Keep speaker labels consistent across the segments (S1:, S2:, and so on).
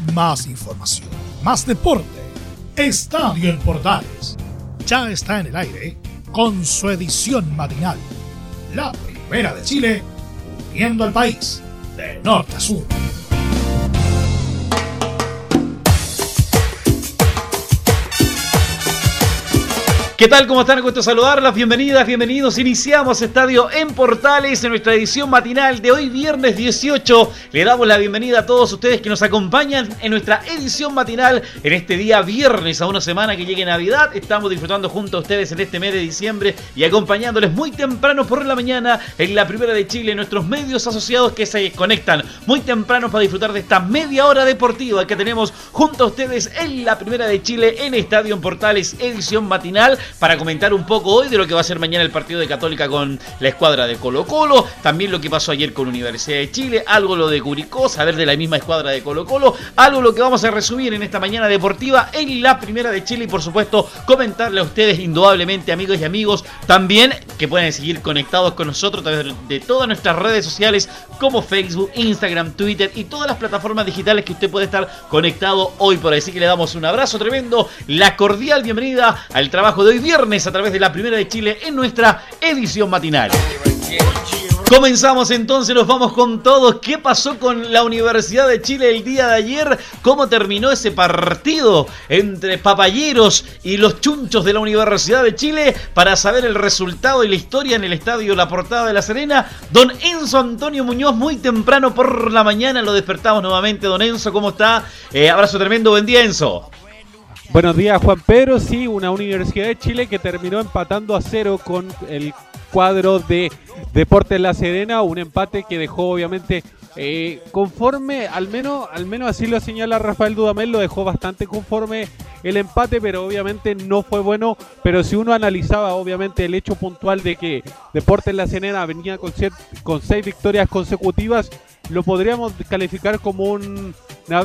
S1: Más información, más deporte. Estadio en Portales ya está en el aire con su edición matinal. La primera de Chile, uniendo al país de norte a sur.
S2: ¿Qué tal? ¿Cómo están? Gusto saludarlas. Bienvenidas, bienvenidos. Iniciamos Estadio en Portales en nuestra edición matinal de hoy, viernes 18. Le damos la bienvenida a todos ustedes que nos acompañan en nuestra edición matinal en este día viernes, a una semana que llegue Navidad. Estamos disfrutando junto a ustedes en este mes de diciembre y acompañándoles muy temprano por la mañana en la Primera de Chile, nuestros medios asociados que se conectan muy temprano para disfrutar de esta media hora deportiva que tenemos junto a ustedes en la Primera de Chile en Estadio en Portales, edición matinal, para comentar un poco hoy de lo que va a ser mañana el partido de Católica con la escuadra de Colo-Colo, también lo que pasó ayer con Universidad de Chile, algo lo de Curicó, saber de la misma escuadra de Colo-Colo, algo lo que vamos a resumir en esta mañana deportiva en la Primera de Chile y por supuesto comentarle a ustedes indudablemente, amigos y amigos, también que pueden seguir conectados con nosotros a través de todas nuestras redes sociales como Facebook, Instagram, Twitter y todas las plataformas digitales que usted puede estar conectado hoy por ahí. Así que le damos un abrazo tremendo, la cordial bienvenida al trabajo de hoy viernes a través de la Primera de Chile en nuestra edición matinal. Comenzamos entonces, nos vamos con todo. ¿Qué pasó con la Universidad de Chile el día de ayer? ¿Cómo terminó ese partido entre papayeros y los chunchos de la Universidad de Chile? Para saber el resultado y la historia en el estadio La Portada de La Serena, don Enzo Antonio Muñoz, muy temprano por la mañana lo despertamos nuevamente. Don Enzo, ¿cómo está? Abrazo tremendo, buen día, Enzo.
S3: Buenos días, Juan Pedro. Sí, una Universidad de Chile que terminó empatando a 0 con el cuadro de Deportes La Serena, un empate que dejó obviamente conforme, al menos así lo señala Rafael Dudamel, lo dejó bastante conforme el empate, pero obviamente no fue bueno. Pero si uno analizaba obviamente el hecho puntual de que Deportes La Serena venía con 6 victorias consecutivas, lo podríamos calificar como un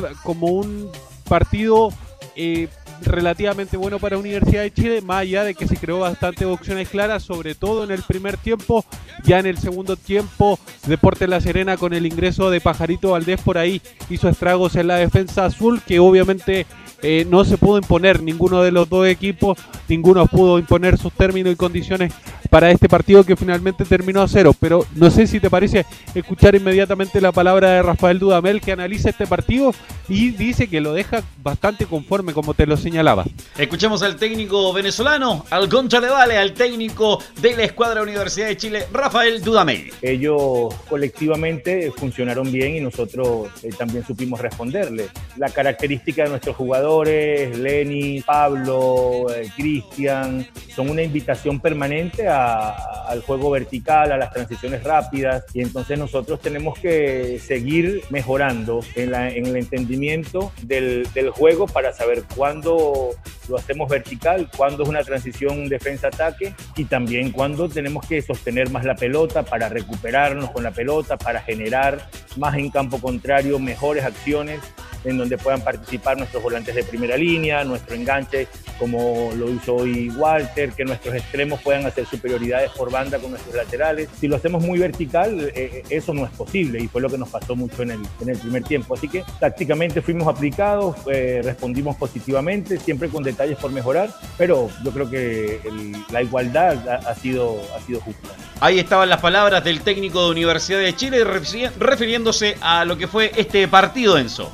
S3: partido relativamente bueno para Universidad de Chile, más allá de que se creó bastantes opciones claras, sobre todo en el primer tiempo. Ya en el segundo tiempo, Deportes La Serena, con el ingreso de Pajarito Valdés por ahí, hizo estragos en la defensa azul, que obviamente no se pudo imponer ninguno de los dos equipos, ninguno pudo imponer sus términos y condiciones para este partido que finalmente terminó a 0. Pero no sé si te parece escuchar inmediatamente la palabra de Rafael Dudamel, que analiza este partido y dice que lo deja bastante conforme, como te lo señalaba.
S2: Escuchemos al técnico venezolano, al Concha de Vale, al técnico de la escuadra Universidad de Chile, Rafael Dudamel.
S4: Ellos colectivamente funcionaron bien y nosotros también supimos responderle. La característica de nuestros jugadores, Lenny, Pablo, Cristian, son una invitación permanente al juego vertical, a las transiciones rápidas, y entonces nosotros tenemos que seguir mejorando en el entendimiento del juego para saber cuándo lo hacemos vertical, cuándo es una transición defensa-ataque y también cuándo tenemos que sostener más la pelota para recuperarnos con la pelota, para generar más en campo contrario mejores acciones en donde puedan participar nuestros volantes de primera línea, nuestro enganche como lo hizo hoy Walter, que nuestros extremos puedan hacer superioridades por banda con nuestros laterales. Si lo hacemos muy vertical, eso no es posible y fue lo que nos pasó mucho en el primer tiempo. Así que tácticamente fuimos aplicados, respondimos positivamente, siempre con detalles por mejorar, pero yo creo que la igualdad ha sido justa.
S2: Ahí estaban las palabras del técnico de Universidad de Chile refiriéndose a lo que fue este partido, Enzo.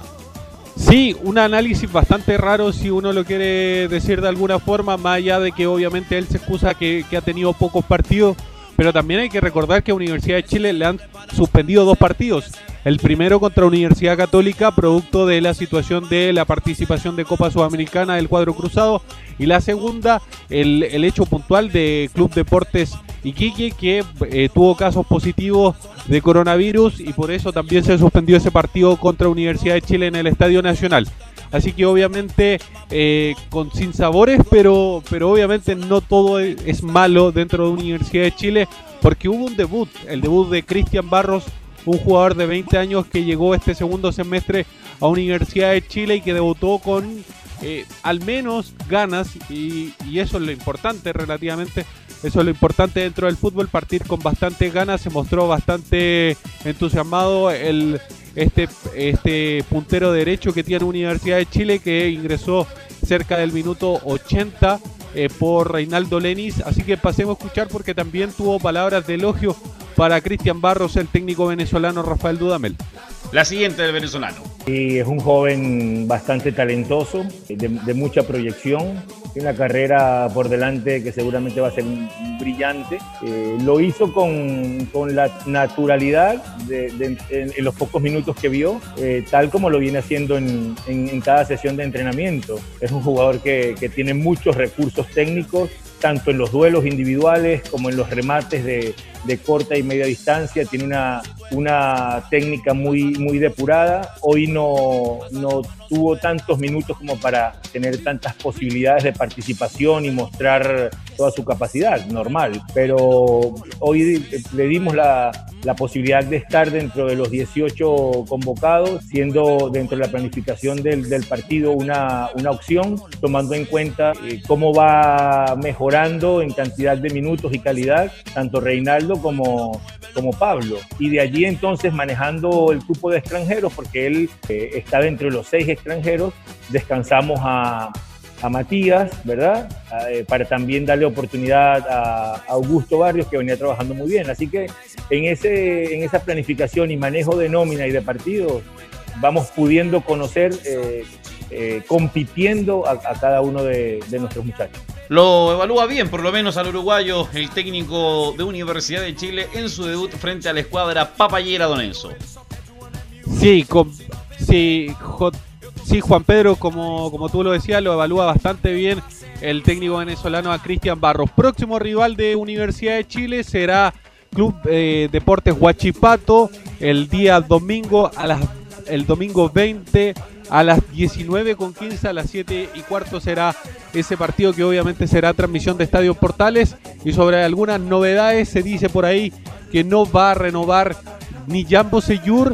S3: Sí, un análisis bastante raro si uno lo quiere decir de alguna forma, más allá de que obviamente él se excusa que ha tenido pocos partidos, pero también hay que recordar que a Universidad de Chile le han suspendido 2 partidos. El primero contra Universidad Católica, producto de la situación de la participación de Copa Sudamericana del cuadro cruzado, y la segunda, el hecho puntual de Club Deportes Iquique, que tuvo casos positivos de coronavirus y por eso también se suspendió ese partido contra Universidad de Chile en el Estadio Nacional. Así que obviamente con sinsabores, pero obviamente no todo es malo dentro de Universidad de Chile, porque hubo un debut, el debut de Cristian Barros, un jugador de 20 años que llegó este segundo semestre a Universidad de Chile y que debutó con al menos ganas, y eso es lo importante relativamente. Eso es lo importante dentro del fútbol, partir con bastantes ganas. Se mostró bastante entusiasmado el este puntero derecho que tiene Universidad de Chile, que ingresó cerca del minuto 80 por Reinaldo Lenis. Así que pasemos a escuchar, porque también tuvo palabras de elogio para Cristian Barros, el técnico venezolano Rafael Dudamel.
S2: La siguiente del venezolano.
S4: Y es un joven bastante talentoso, de mucha proyección, tiene una carrera por delante que seguramente va a ser brillante. Lo hizo con la naturalidad en los pocos minutos que vio, tal como lo viene haciendo en cada sesión de entrenamiento. Es un jugador que tiene muchos recursos técnicos, tanto en los duelos individuales como en los remates de corta y media distancia. Tiene una técnica muy depurada. Hoy no tuvo tantos minutos como para tener tantas posibilidades de participación y mostrar toda su capacidad, normal. Pero hoy le dimos la posibilidad de estar dentro de los 18 convocados, siendo dentro de la planificación del partido una opción, tomando en cuenta cómo va mejorando en cantidad de minutos y calidad, tanto Reinaldo como Pablo. Y de allí entonces manejando el grupo de extranjeros, porque él está dentro de los 6 extranjeros, descansamos a Matías, ¿verdad? Para también darle oportunidad a Augusto Barrios, que venía trabajando muy bien. Así que en esa planificación y manejo de nómina y de partidos, vamos pudiendo conocer, compitiendo a cada uno de nuestros muchachos.
S2: Lo evalúa bien, por lo menos al uruguayo, el técnico de Universidad de Chile en su debut frente a la escuadra papayera, don Enzo.
S3: Sí, Juan Pedro, como tú lo decías, lo evalúa bastante bien el técnico venezolano a Cristian Barros. Próximo rival de Universidad de Chile será Club Deportes Huachipato el día domingo, el domingo 20 a las 19:15, a las 7:15 será ese partido, que obviamente será transmisión de Estadio Portales. Y sobre algunas novedades, se dice por ahí que no va a renovar ni Jan Bosellur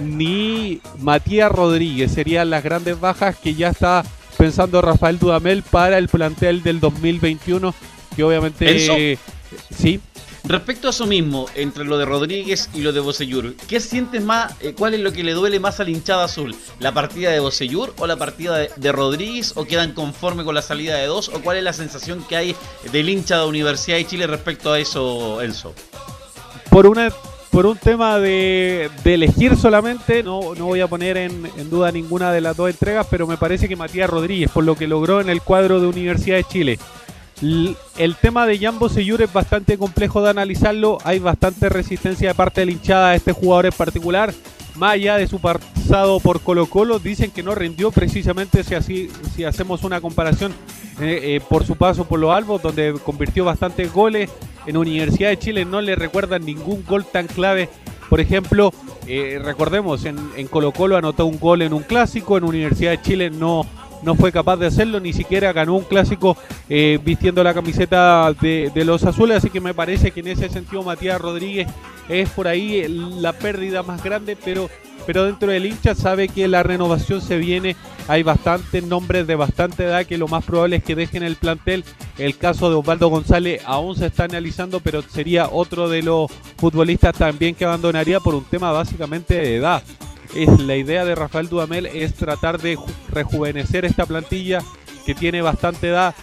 S3: ni Matías Rodríguez. Serían las grandes bajas que ya está pensando Rafael Dudamel para el plantel del 2021, que obviamente...
S2: ¿Enzo?
S3: Sí.
S2: Respecto a eso mismo, entre lo de Rodríguez y lo de Bosellur, ¿qué sientes más? ¿Cuál es lo que le duele más a la hinchada azul? ¿La partida de Bosellur o la partida de Rodríguez? ¿O quedan conforme con la salida de dos? ¿O cuál es la sensación que hay del hincha de Universidad de Chile respecto a eso, Enzo?
S3: Por un tema de elegir solamente, no voy a poner en duda ninguna de las dos entregas, pero me parece que Matías Rodríguez, por lo que logró en el cuadro de Universidad de Chile. El tema de Jan Bosellur es bastante complejo de analizarlo. Hay bastante resistencia de parte de la hinchada a este jugador en particular. Más allá de su pasado por Colo-Colo, dicen que no rindió precisamente si hacemos una comparación por su paso por los Albos, donde convirtió bastantes goles. En Universidad de Chile no le recuerdan ningún gol tan clave. Por ejemplo, recordemos, en Colo-Colo anotó un gol en un clásico. En Universidad de Chile no fue capaz de hacerlo, ni siquiera ganó un clásico vistiendo la camiseta de los azules. Así que me parece que en ese sentido Matías Rodríguez es por ahí la pérdida más grande, pero dentro del hincha sabe que la renovación se viene. Hay bastantes nombres de bastante edad que lo más probable es que dejen el plantel. El caso de Osvaldo González aún se está analizando, pero sería otro de los futbolistas también que abandonaría por un tema básicamente de edad. La idea de Rafael Dudamel es tratar de rejuvenecer esta plantilla que tiene bastante edad,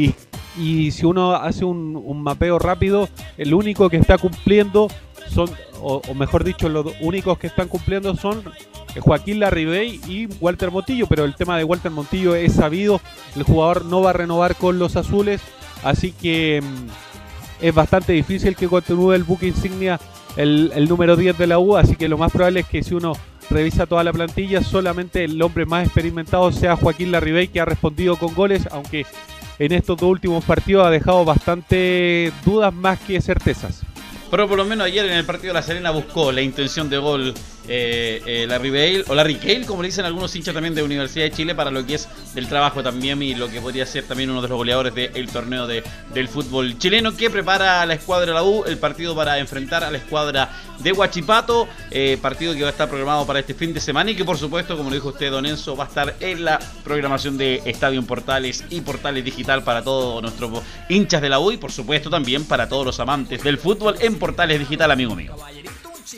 S3: y si uno hace un mapeo rápido, el único que está cumpliendo son, o mejor dicho, los únicos que están cumpliendo son Joaquín Larribey y Walter Montillo, pero el tema de Walter Montillo es sabido, el jugador no va a renovar con los azules, así que es bastante difícil que continúe el buque insignia, el número 10 de la U, así que lo más probable es que si uno revisa toda la plantilla, solamente el hombre más experimentado sea Joaquín Larribey, que ha respondido con goles, aunque en estos dos últimos partidos ha dejado bastante dudas más que certezas.
S2: Pero por lo menos ayer en el partido de La Serena buscó la intención de gol Larribey, o Larry Cale, como le dicen algunos hinchas también de Universidad de Chile, para lo que es el trabajo también y lo que podría ser también uno de los goleadores del torneo del fútbol chileno, que prepara a la escuadra de la U el partido para enfrentar a la escuadra de Huachipato, partido que va a estar programado para este fin de semana y que por supuesto, como lo dijo usted, don Enzo, va a estar en la programación de Estadio Portales y Portales Digital para todos nuestros hinchas de la U y por supuesto también para todos los amantes del fútbol en Portales Digital, amigo mío.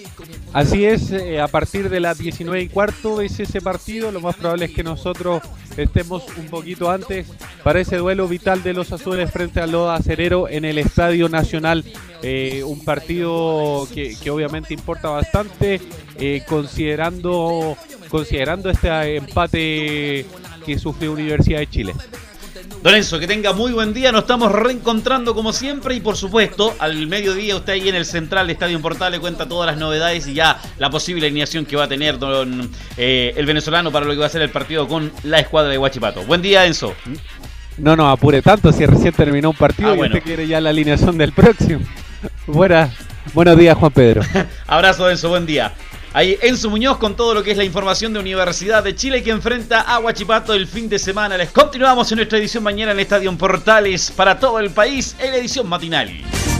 S3: Así es, a partir de las 19:15 es ese partido. Lo más probable es que nosotros estemos un poquito antes para ese duelo vital de los azules frente al Loda Acerero en el Estadio Nacional. Un partido que obviamente importa bastante, considerando este empate que sufrió Universidad de Chile.
S2: Don Enzo, que tenga muy buen día, nos estamos reencontrando como siempre y por supuesto al mediodía usted ahí en el central de Estadio Portales cuenta todas las novedades y ya la posible alineación que va a tener el venezolano para lo que va a ser el partido con la escuadra de Huachipato. Buen día, Enzo.
S3: No nos apure tanto si recién terminó un partido y usted quiere ya la alineación del próximo. Buenos días, Juan Pedro.
S2: Abrazo, Enzo, buen día. Ahí Enzo Muñoz con todo lo que es la información de Universidad de Chile que enfrenta a Huachipato el fin de semana. Les continuamos en nuestra edición mañana en Estadio Portales para todo el país en la edición matinal.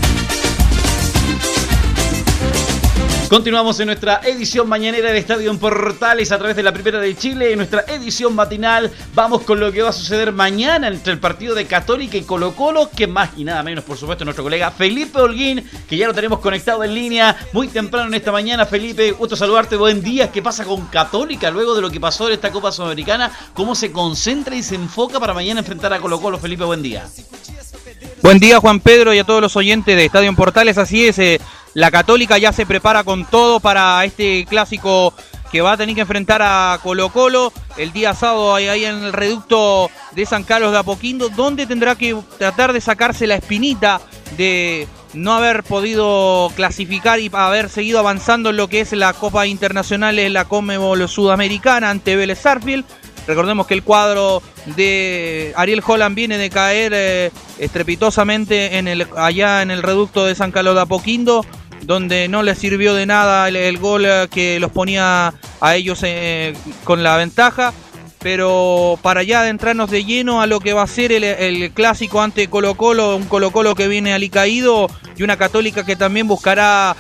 S2: Continuamos en nuestra edición mañanera del Estadio Portales a través de la Primera de Chile. En nuestra edición matinal vamos con lo que va a suceder mañana entre el partido de Católica y Colo-Colo, que más y nada menos, por supuesto, nuestro colega Felipe Holguín, que ya lo tenemos conectado en línea muy temprano en esta mañana. Felipe, gusto saludarte, buen día. ¿Qué pasa con Católica luego de lo que pasó en esta Copa Sudamericana? ¿Cómo se concentra y se enfoca para mañana enfrentar a Colo-Colo? Felipe, buen día.
S5: Buen día, Juan Pedro, y a todos los oyentes de Estadio Portales. Así es, la Católica ya se prepara con todo para este clásico que va a tener que enfrentar a Colo-Colo el día sábado ahí en el reducto de San Carlos de Apoquindo, donde tendrá que tratar de sacarse la espinita de no haber podido clasificar y haber seguido avanzando en lo que es la Copa Internacional, la Conmebol Sudamericana ante Vélez Sarsfield. Recordemos que el cuadro de Ariel Holland viene de caer estrepitosamente allá en el reducto de San Carlos de Apoquindo, donde no les sirvió de nada el gol que los ponía a ellos con la ventaja. Pero para ya adentrarnos de lleno a lo que va a ser el clásico ante Colo-Colo, un Colo-Colo que viene alicaído y una Católica que también buscará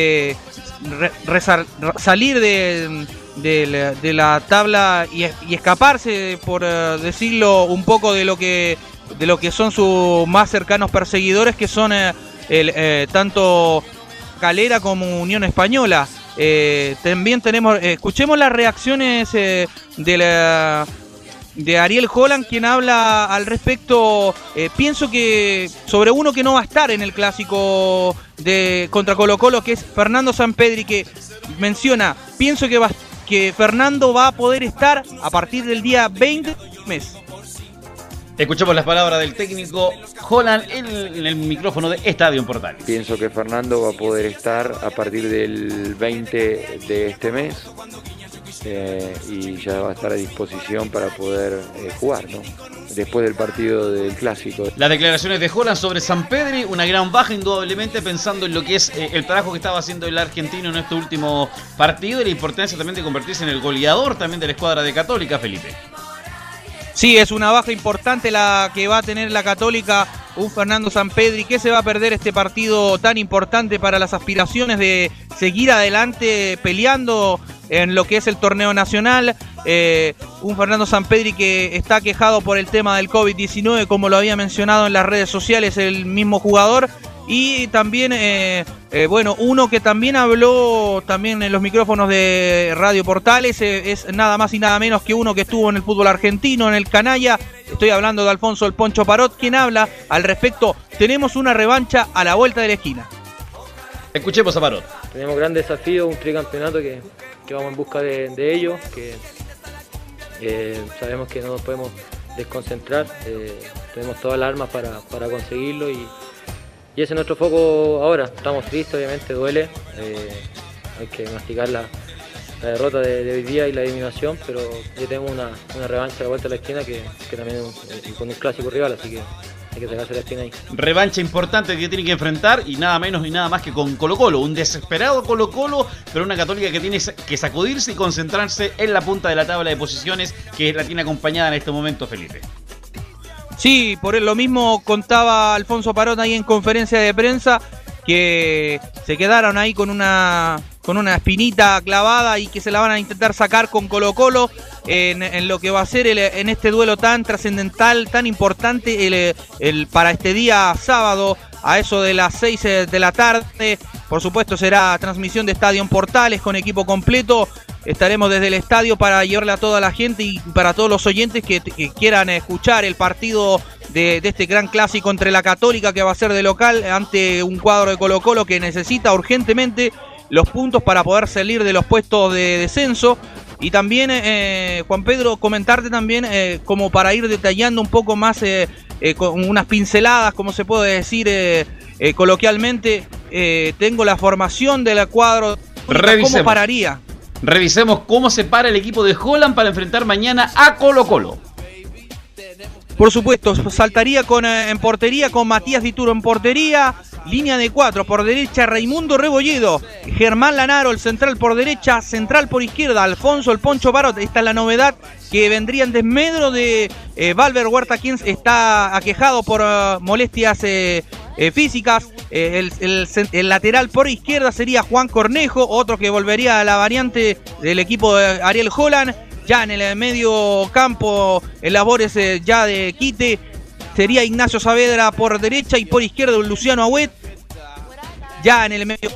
S5: salir de la tabla y escaparse, por decirlo un poco, de lo que son sus más cercanos perseguidores, que son tanto Calera como Unión Española. También escuchemos las reacciones de Ariel Holland, quien habla al respecto. Pienso que sobre uno que no va a estar en el clásico contra Colo-Colo, que es Fernando Sampedri, que menciona: pienso que Fernando va a poder estar a partir del día 20 del mes.
S2: Escuchamos las palabras del técnico Holland en el micrófono de Estadio Portales.
S6: Pienso que Fernando va a poder estar a partir del 20 de este mes y ya va a estar a disposición para poder jugar, ¿no? Después del partido del Clásico.
S2: Las declaraciones de Holland sobre Sampedri, una gran baja indudablemente, pensando en lo que es el trabajo que estaba haciendo el argentino en este último partido y la importancia también de convertirse en el goleador también de la escuadra de Católica, Felipe.
S5: Sí, es una baja importante la que va a tener la Católica, un Fernando Sampedri que se va a perder este partido tan importante para las aspiraciones de seguir adelante peleando en lo que es el torneo nacional. Un Fernando Sampedri que está quejado por el tema del COVID-19, como lo había mencionado en las redes sociales el mismo jugador. Y también, uno que también habló también en los micrófonos de Radio Portales, es nada más y nada menos que uno que estuvo en el fútbol argentino, en el canalla. Estoy hablando de Alfonso El Poncho Parot, quien habla al respecto: tenemos una revancha a la vuelta de la esquina.
S2: Escuchemos a Parot.
S7: Tenemos gran desafío, un tricampeonato que vamos en busca de ello, que sabemos que no nos podemos desconcentrar, tenemos todas las armas para conseguirlo y ese es nuestro foco ahora. Estamos tristes, obviamente, duele, hay que masticar la derrota de hoy día y la eliminación, pero ya tenemos una revancha a la vuelta de la esquina que también es con un clásico rival, así que hay que sacarse la espina ahí.
S2: Revancha importante que tiene que enfrentar y nada menos y nada más que con Colo-Colo, un desesperado Colo-Colo, pero una Católica que tiene que sacudirse y concentrarse en la punta de la tabla de posiciones, que la tiene acompañada en este momento, Felipe.
S5: Sí, por lo mismo contaba Alfonso Parot ahí en conferencia de prensa, que se quedaron ahí con una espinita clavada y que se la van a intentar sacar con Colo-Colo en lo que va a ser en este duelo tan trascendental, tan importante para este día sábado, a eso de las 6 de la tarde, Por supuesto será transmisión de Estadio Portales con equipo completo. Estaremos desde el estadio para llevarle a toda la gente y para todos los oyentes que quieran escuchar el partido de este gran clásico entre la Católica, que va a ser de local ante un cuadro de Colo-Colo que necesita urgentemente los puntos para poder salir de los puestos de descenso. Y también, Juan Pedro, comentarte también, como para ir detallando un poco más, con unas pinceladas, como se puede decir coloquialmente, tengo la formación del cuadro. ¿Cómo pararía?
S2: Revisemos cómo se para el equipo de Holland para enfrentar mañana a Colo-Colo.
S5: Por supuesto, saltaría en portería con Matías Dituro en portería, línea de 4, por derecha Raimundo Rebolledo, Germán Lanaro, el central por derecha, central por izquierda, Alfonso el Poncho Barot. Esta es la novedad que vendría en desmedro de Valver Huerta, quien está aquejado por molestias físicas. El lateral por izquierda sería Juan Cornejo, otro que volvería a la variante del equipo de Ariel Holland. Ya en el medio campo, en labores ya de quite, sería Ignacio Saavedra por derecha y por izquierda Luciano Agüet. Ya en el medio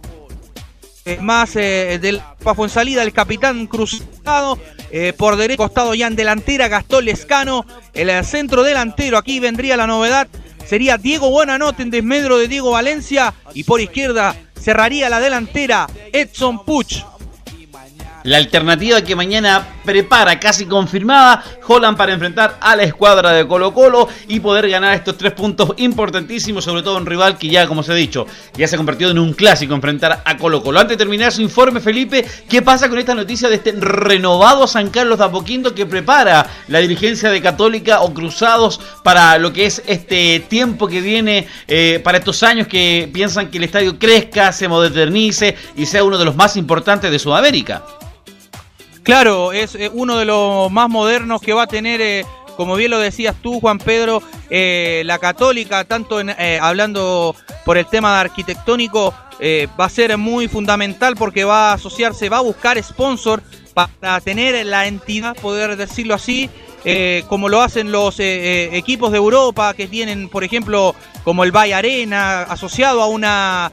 S5: más del Fuensalida, el capitán Cruzado. Por derecha costado ya en delantera Gastón Lescano. El centro delantero, aquí vendría la novedad, sería Diego Buenanote en desmedro de Diego Valencia. Y por izquierda cerraría la delantera Edson Puch.
S2: La alternativa que mañana prepara, casi confirmada, Holland para enfrentar a la escuadra de Colo-Colo y poder ganar estos 3 puntos importantísimos, sobre todo un rival que ya, como se ha dicho, ya se ha convertido en un clásico, enfrentar a Colo-Colo. Antes de terminar su informe, Felipe, ¿qué pasa con esta noticia de este renovado San Carlos de Apoquindo que prepara la dirigencia de Católica o Cruzados para lo que es este tiempo que viene, para estos años que piensan que el estadio crezca, se modernice y sea uno de los más importantes de Sudamérica?
S5: Claro, es uno de los más modernos que va a tener, como bien lo decías tú, Juan Pedro, la Católica, tanto hablando por el tema arquitectónico, va a ser muy fundamental porque va a asociarse, va a buscar sponsor para tener la entidad, poder decirlo así, como lo hacen los equipos de Europa que tienen, por ejemplo, como el Bay Arena, asociado a una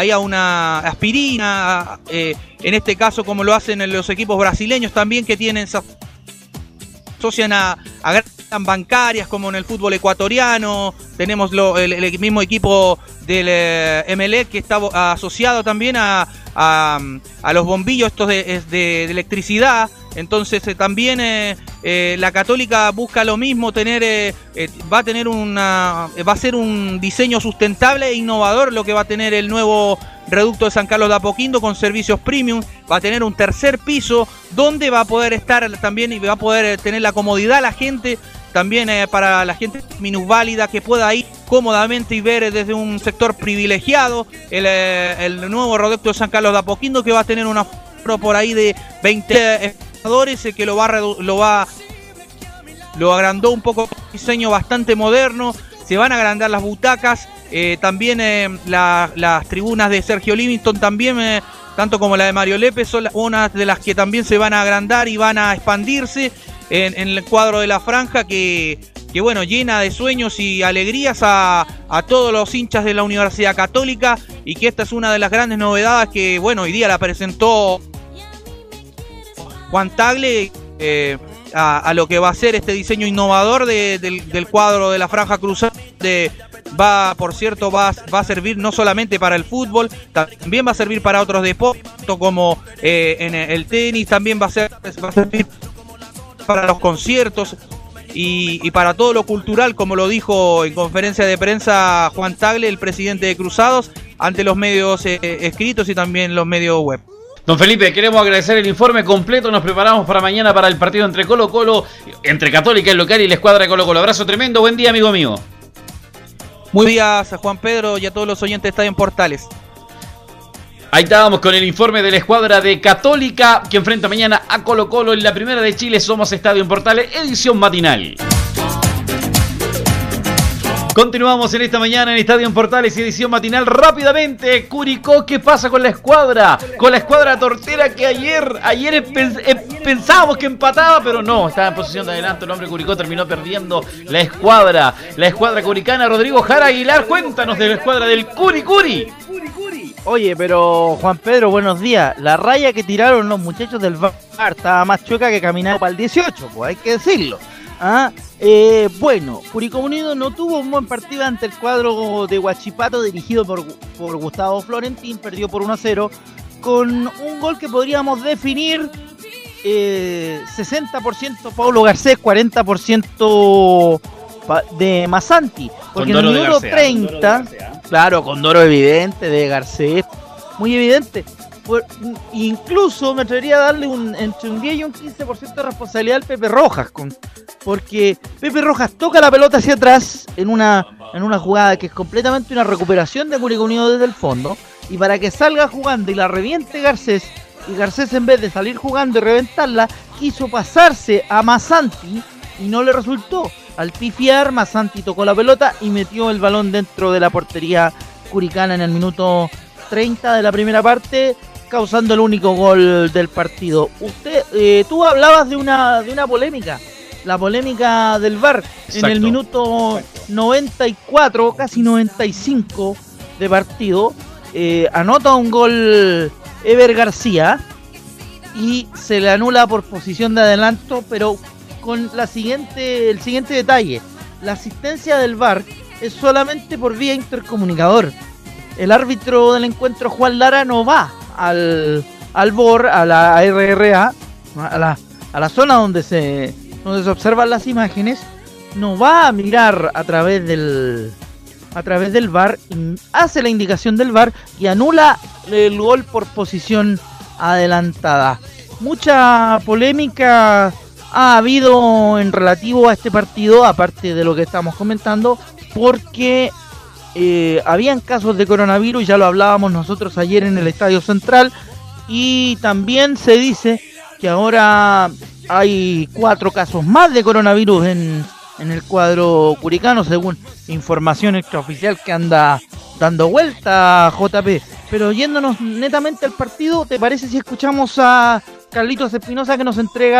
S5: aspirina, en este caso como lo hacen los equipos brasileños también, que tienen, se asocian a grandes bancarias como en el fútbol ecuatoriano. Tenemos el mismo equipo del Emelec que está asociado también a los bombillos estos de electricidad. Entonces también la Católica busca lo mismo, va a ser un diseño sustentable e innovador lo que va a tener el nuevo reducto de San Carlos de Apoquindo con servicios premium. Va a tener un tercer piso donde va a poder estar también y va a poder tener la comodidad la gente, también para la gente minusválida que pueda ir cómodamente y ver desde un sector privilegiado el nuevo reducto de San Carlos de Apoquindo, que va a tener una por ahí de 20 que lo agrandó un poco, un diseño bastante moderno. Se van a agrandar las butacas, también las tribunas de Sergio Livingstone también, tanto como la de Mario Lepe, son unas de las que también se van a agrandar y van a expandirse en el cuadro de la franja, que bueno, llena de sueños y alegrías a todos los hinchas de la Universidad Católica, y que esta es una de las grandes novedades que, bueno, hoy día la presentó Juan Tagle, a lo que va a ser este diseño innovador del cuadro de la franja cruzada. Por cierto, va a servir no solamente para el fútbol, también va a servir para otros deportes, como en el tenis, también va a servir para los conciertos y para todo lo cultural, como lo dijo en conferencia de prensa Juan Tagle, el presidente de Cruzados, ante los medios escritos y también los medios web.
S2: Don Felipe, queremos agradecer el informe completo. Nos preparamos para mañana para el partido entre Colo-Colo, entre Católica, el local, y la escuadra de Colo-Colo. Abrazo tremendo, buen día, amigo mío.
S5: Muy días a Juan Pedro y a todos los oyentes de Estadio Portales.
S2: Ahí estábamos con el informe de la escuadra de Católica, que enfrenta mañana a Colo-Colo en la Primera de Chile. Somos Estadio Portales, edición matinal. Continuamos en esta mañana en Estadio Portales, edición matinal. Rápidamente, Curicó, ¿qué pasa con la escuadra? Con la escuadra tortera que ayer pensábamos que empataba, pero no, estaba en posición de adelanto. El hombre Curicó terminó perdiendo la escuadra curicana. Rodrigo Jara Aguilar, cuéntanos de la escuadra del Curi.
S8: Oye, pero Juan Pedro, buenos días. La raya que tiraron los muchachos del VAR estaba más chueca que caminar para el 18, pues hay que decirlo. Bueno, Curicó Unido no tuvo un buen partido ante el cuadro de Huachipato dirigido por Gustavo Florentín, perdió por 1-0 con un gol que podríamos definir 60% Paulo Garcés, 40% de Masanti, porque en el minuto 30, claro, con Doro evidente de Garcés, muy evidente. Incluso me atrevería a darle entre un 10 y un 15% de responsabilidad al Pepe Rojas, porque Pepe Rojas toca la pelota hacia atrás en una jugada que es completamente una recuperación de Curicó Unido desde el fondo, y para que salga jugando y la reviente Garcés, y Garcés en vez de salir jugando y reventarla, quiso pasarse a Masanti y no le resultó. Al pifiar, Masanti tocó la pelota y metió el balón dentro de la portería curicana en el minuto 30 de la primera parte, causando el único gol del partido. Tú hablabas de una polémica, la polémica del VAR. Exacto. En el minuto 94, casi 95 de partido, anota un gol Ever García y se le anula por posición de adelanto, pero con el siguiente detalle: la asistencia del VAR es solamente por vía intercomunicador. El árbitro del encuentro, Juan Lara, no va al BOR, a la RRA, a la zona donde se observan las imágenes, no va a mirar a través del VAR, hace la indicación del VAR y anula el gol por posición adelantada. Mucha polémica ha habido en relativo a este partido, aparte de lo que estamos comentando, porque habían casos de coronavirus, ya lo hablábamos nosotros ayer en el Estadio Central, y también se dice que ahora hay 4 casos más de coronavirus en el cuadro curicano, según información extraoficial que anda dando vuelta, JP. Pero yéndonos netamente al partido, ¿te parece si escuchamos a Carlitos Espinosa, que nos entrega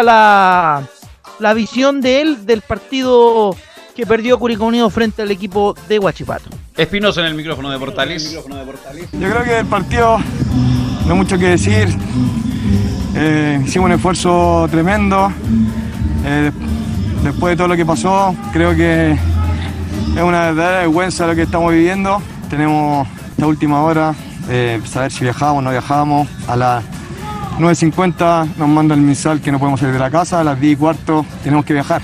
S8: la visión de él del partido que perdió Curicó Unido frente al equipo de Huachipato?
S2: Espinosa en el micrófono de Portales.
S9: Yo creo que el partido no hay mucho que decir. Hicimos un esfuerzo tremendo. Después de todo lo que pasó, creo que es una verdadera vergüenza lo que estamos viviendo. Tenemos esta última hora, saber si viajamos o no viajamos. A las 9:50 nos manda el mensaje que no podemos salir de la casa, a las 10:15 tenemos que viajar.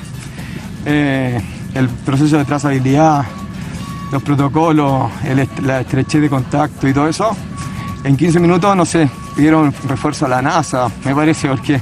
S9: El proceso de trazabilidad, los protocolos, la estrechez de contacto y todo eso, en 15 minutos, no sé, pidieron refuerzo a la NASA, me parece, porque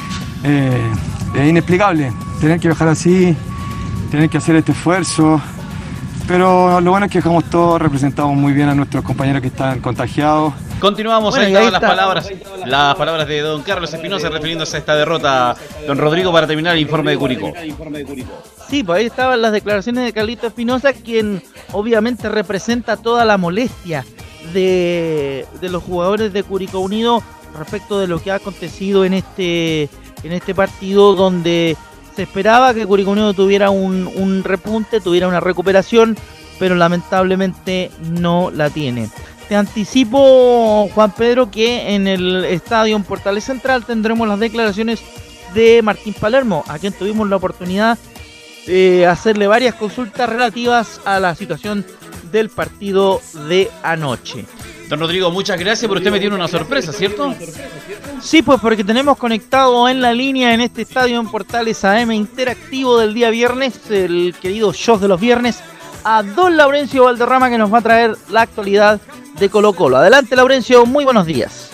S9: es inexplicable tener que viajar así, tener que hacer este esfuerzo. Pero lo bueno es que dejamos todos representados muy bien a nuestros compañeros que están contagiados.
S2: Continuamos, ahí estaban las palabras de don Carlos Espinosa refiriéndose a esta derrota. Don Rodrigo, para terminar el informe de Curicó.
S8: Sí, pues ahí estaban las declaraciones de Carlitos Espinosa, quien obviamente representa toda la molestia de los jugadores de Curicó Unido respecto de lo que ha acontecido en este partido, donde se esperaba que Curicó Unido tuviera un repunte, tuviera una recuperación, pero lamentablemente no la tiene. Te anticipo, Juan Pedro, que en el estadio en Portales Central tendremos las declaraciones de Martín Palermo, a quien tuvimos la oportunidad de hacerle varias consultas relativas a la situación del partido de anoche.
S2: Don Rodrigo, muchas gracias, pero usted me tiene una sorpresa, ¿cierto?
S8: Sí, pues porque tenemos conectado en la línea en este estadio en Portales AM interactivo del día viernes, el querido show de los viernes, a don Laurencio Valderrama, que nos va a traer la actualidad de Colo Colo. Adelante, Laurencio, muy buenos días.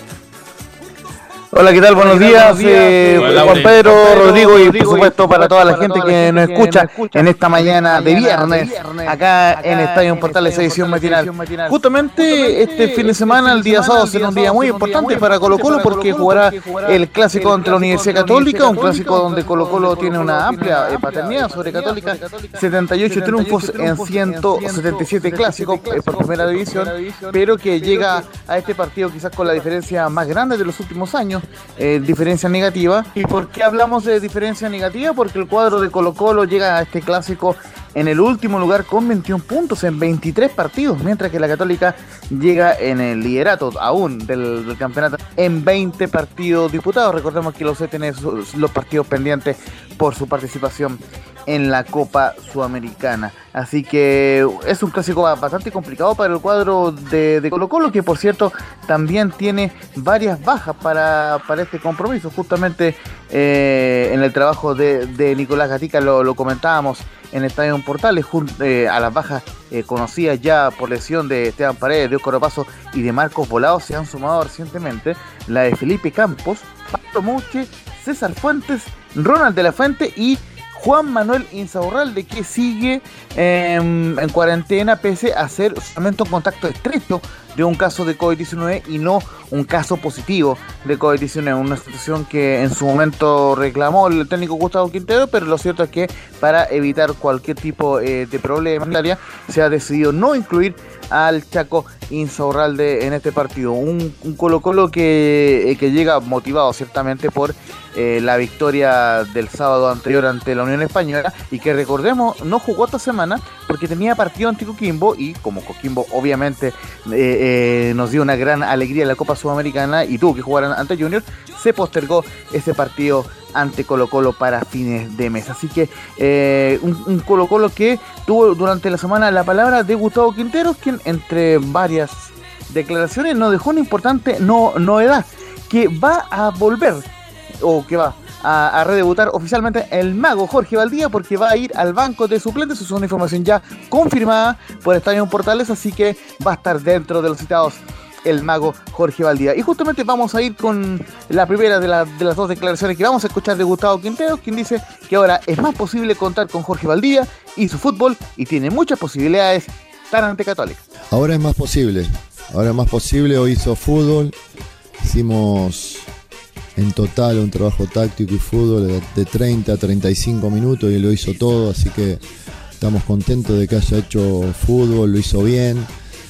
S10: Hola, ¿qué tal? Buenos días, Juan Pedro, Rodrigo y por supuesto para toda la gente que nos escucha en esta mañana de viernes acá en Estadio Portales edición matinal. Justamente este fin de semana, el día sábado, será un día muy importante para Colo Colo porque jugará el clásico ante la Universidad Católica, un clásico donde Colo Colo tiene una amplia paternidad sobre Católica, 78 triunfos en 177 clásicos por primera división, pero que llega a este partido quizás con la diferencia más grande de los últimos años. Diferencia negativa. ¿Y por qué hablamos de diferencia negativa? Porque el cuadro de Colo Colo llega a este clásico en el último lugar con 21 puntos en 23 partidos, mientras que la Católica llega en el liderato aún del campeonato en 20 partidos disputados. Recordemos que los tiene los partidos pendientes por su participación en la Copa Sudamericana. Así que es un clásico bastante complicado para el cuadro de Colo-Colo, que por cierto también tiene varias bajas para este compromiso. Justamente en el trabajo de Nicolás Gatica lo comentábamos en Estadio Portales, a las bajas conocidas ya por lesión de Esteban Paredes, de Óscar Opaso y de Marcos Volado, se han sumado recientemente la de Felipe Campos, Pablo Mouche, César Fuentes, Ronald de la Fuente y Juan Manuel Insaurralde, que sigue en cuarentena pese a ser solamente un contacto estrecho de un caso de COVID-19 y no un caso positivo de COVID-19, una situación que en su momento reclamó el técnico Gustavo Quintero, pero lo cierto es que para evitar cualquier tipo de problema en el área se ha decidido no incluir al Chaco Insaurralde en este partido. Un Colo-Colo que llega motivado ciertamente por la victoria del sábado anterior ante la Unión Española, y que recordemos no jugó esta semana porque tenía partido ante Coquimbo, y como Coquimbo obviamente nos dio una gran alegría en la Copa Sudamericana y tuvo que jugar ante Junior, se postergó ese partido ante Colo-Colo para fines de mes. Así que un Colo-Colo que tuvo durante la semana la palabra de Gustavo Quinteros, quien entre varias declaraciones nos dejó una importante novedad, que va a volver, o que va a redebutar oficialmente el mago Jorge Valdía, porque va a ir al banco de suplentes. Eso es una información ya confirmada por Estadio Portales, así que va a estar dentro de los citados el mago Jorge Valdía. Y justamente vamos a ir con la primera de las dos declaraciones que vamos a escuchar de Gustavo Quinteros, quien dice que ahora es más posible contar con Jorge Valdía y su fútbol, y tiene muchas posibilidades estar ante Católica.
S11: Ahora es más posible, hoy hizo fútbol, hicimos en total un trabajo táctico y fútbol de 30 a 35 minutos y lo hizo todo, así que estamos contentos de que haya hecho fútbol, lo hizo bien.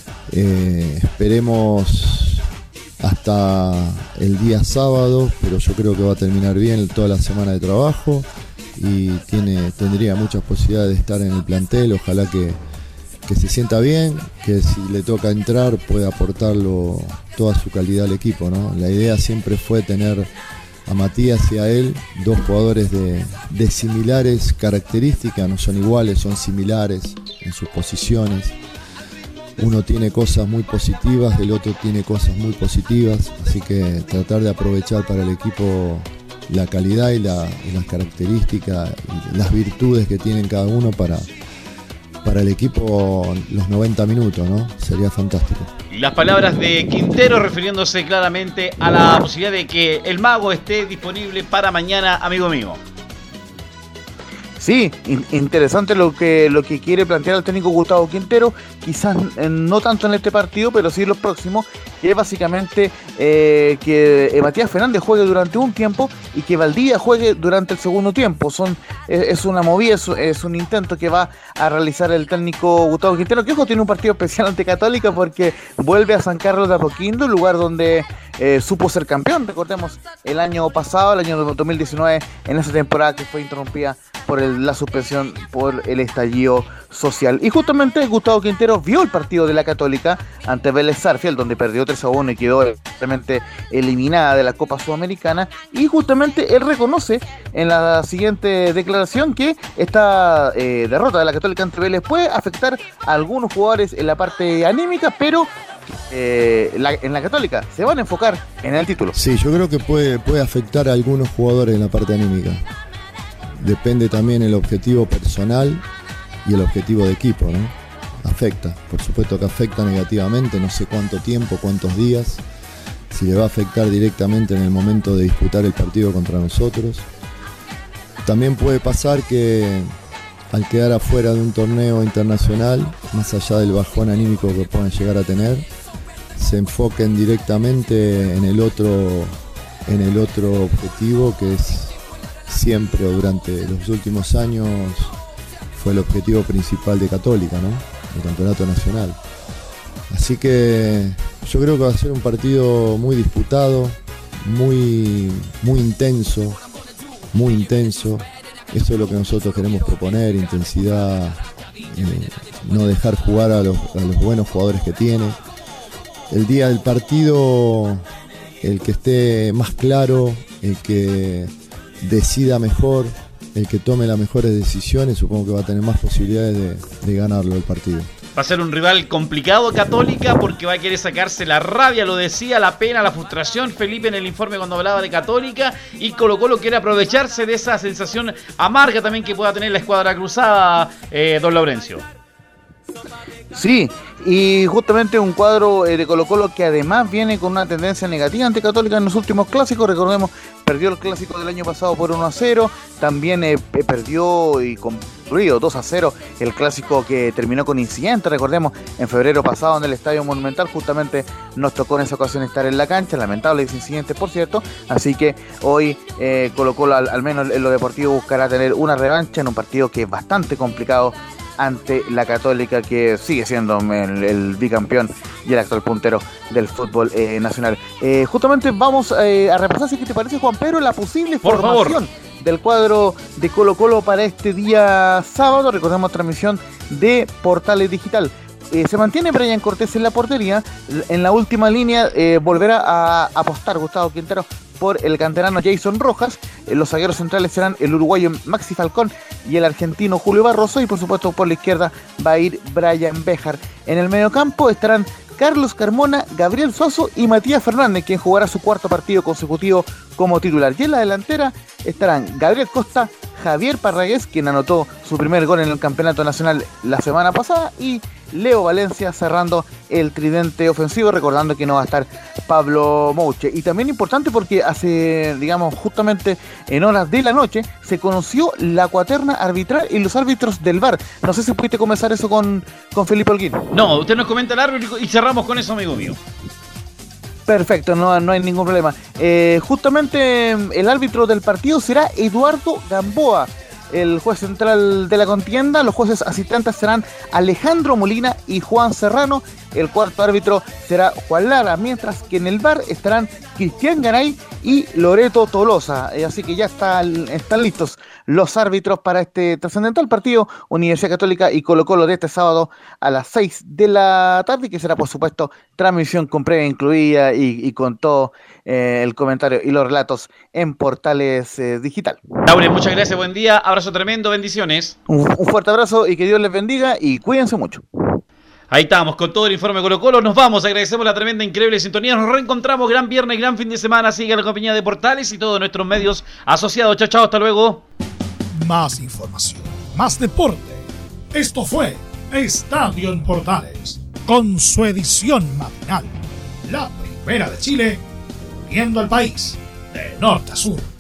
S11: Esperemos hasta el día sábado, pero yo creo que va a terminar bien toda la semana de trabajo y tendría muchas posibilidades de estar en el plantel. Ojalá que se sienta bien, que si le toca entrar pueda aportarlo toda su calidad al equipo, ¿no? La idea siempre fue tener a Matías y a él, dos jugadores de similares características, no son iguales, son similares en sus posiciones. Uno tiene cosas muy positivas, el otro tiene cosas muy positivas, así que tratar de aprovechar para el equipo la calidad y las características y las virtudes que tienen cada uno para el equipo los 90 minutos, ¿no? Sería fantástico.
S2: Las palabras de Quintero refiriéndose claramente a la posibilidad de que el mago esté disponible para mañana, amigo mío.
S10: Sí, interesante lo que quiere plantear el técnico Gustavo Quintero, quizás no tanto en este partido, pero sí en los próximos, que es básicamente que Matías Fernández juegue durante un tiempo y que Valdía juegue durante el segundo tiempo. Es una movida, es un intento que va a realizar el técnico Gustavo Quintero, que ojo, tiene un partido especial ante Católica porque vuelve a San Carlos de Apoquindo, lugar donde supo ser campeón. Recordemos el año pasado, el año 2019, en esa temporada que fue interrumpida por la suspensión por el estallido social. Y justamente Gustavo Quintero vio el partido de la Católica ante Vélez Sarsfield, donde perdió 3-1 y quedó realmente eliminada de la Copa Sudamericana, y justamente él reconoce en la siguiente declaración que esta derrota de la Católica ante Vélez puede afectar a algunos jugadores en la parte anímica, pero en la Católica se van a enfocar en el título.
S11: Sí, yo creo que puede afectar a algunos jugadores en la parte anímica. Depende también el objetivo personal y el objetivo de equipo, ¿no? Afecta, por supuesto que afecta negativamente, no sé cuánto tiempo, cuántos días, si le va a afectar directamente en el momento de disputar el partido contra nosotros. También puede pasar que al quedar afuera de un torneo internacional, más allá del bajón anímico que puedan llegar a tener, se enfoquen directamente en el otro objetivo, que es siempre o durante los últimos años fue el objetivo principal de Católica, ¿no? El campeonato nacional. Así que yo creo que va a ser un partido muy disputado, muy intenso, Eso es lo que nosotros queremos proponer, intensidad, no dejar jugar a los buenos jugadores que tiene. El día del partido, el que esté más claro, el que decida mejor, el que tome las mejores decisiones, supongo que va a tener más posibilidades de ganarlo el partido.
S2: Va a ser un rival complicado Católica porque va a querer sacarse la rabia, lo decía, la pena, la frustración. Felipe en el informe cuando hablaba de Católica, y Colo-Colo quiere aprovecharse de esa sensación amarga también que pueda tener la escuadra cruzada, don Laurencio.
S10: Sí, y justamente un cuadro de Colo-Colo que además viene con una tendencia negativa ante Católica en los últimos clásicos. Recordemos, perdió el clásico del año pasado por 1-0, también perdió y concluido 2-0 el clásico que terminó con incidente. Recordemos, en febrero pasado en el Estadio Monumental justamente nos tocó en esa ocasión estar en la cancha, lamentables incidentes por cierto, así que hoy Colo-Colo al menos en lo deportivo buscará tener una revancha en un partido que es bastante complicado ante la Católica, que sigue siendo el bicampeón y el actual puntero del fútbol nacional. Justamente vamos a repasar, si te parece, Juan Pedro, la posible formación del cuadro de Colo-Colo para este día sábado. Recordemos, transmisión de Portales Digital. Se mantiene Brian Cortés en la portería. En la última línea volverá a apostar Gustavo Quintero por el canterano Jason Rojas. Los zagueros centrales serán el uruguayo Maxi Falcón y el argentino Julio Barroso, y por supuesto por la izquierda va a ir Brian Béjar. En el mediocampo estarán Carlos Carmona, Gabriel Suazo y Matías Fernández, quien jugará su cuarto partido consecutivo como titular. Y en la delantera estarán Gabriel Costa, Javier Parragués, quien anotó su primer gol en el campeonato nacional la semana pasada, y Leo Valencia cerrando el tridente ofensivo, recordando que no va a estar Pablo Mouche. Y también importante porque hace, justamente en horas de la noche, se conoció la cuaterna arbitral y los árbitros del VAR. No sé si pudiste comenzar eso con Felipe Holguín.
S2: No, usted nos comenta el árbitro y cerramos con eso, amigo mío.
S10: Perfecto, no hay ningún problema. Justamente el árbitro del partido será Eduardo Gamboa, el juez central de la contienda. Los jueces asistentes serán Alejandro Molina y Juan Serrano. El cuarto árbitro será Juan Lara, mientras que en el VAR estarán Cristian Garay y Loreto Tolosa. Así que ya están listos los árbitros para este trascendental partido Universidad Católica y Colo-Colo de este sábado a las 6 de la tarde, que será por supuesto transmisión con previa incluida y con todo el comentario y los relatos en Portales Digital.
S2: Laure, muchas gracias, buen día, abrazo tremendo, bendiciones.
S10: Un fuerte abrazo y que Dios les bendiga y cuídense mucho.
S2: Ahí estamos, con todo el informe Colo-Colo. Nos vamos, agradecemos la tremenda, increíble sintonía. Nos reencontramos, gran viernes, gran fin de semana. Sigue la compañía de Portales y todos nuestros medios asociados. Chao, chao, hasta luego.
S1: Más información, más deporte. Esto fue Estadio en Portales, con su edición matinal. La primera de Chile, uniendo al país de norte a sur.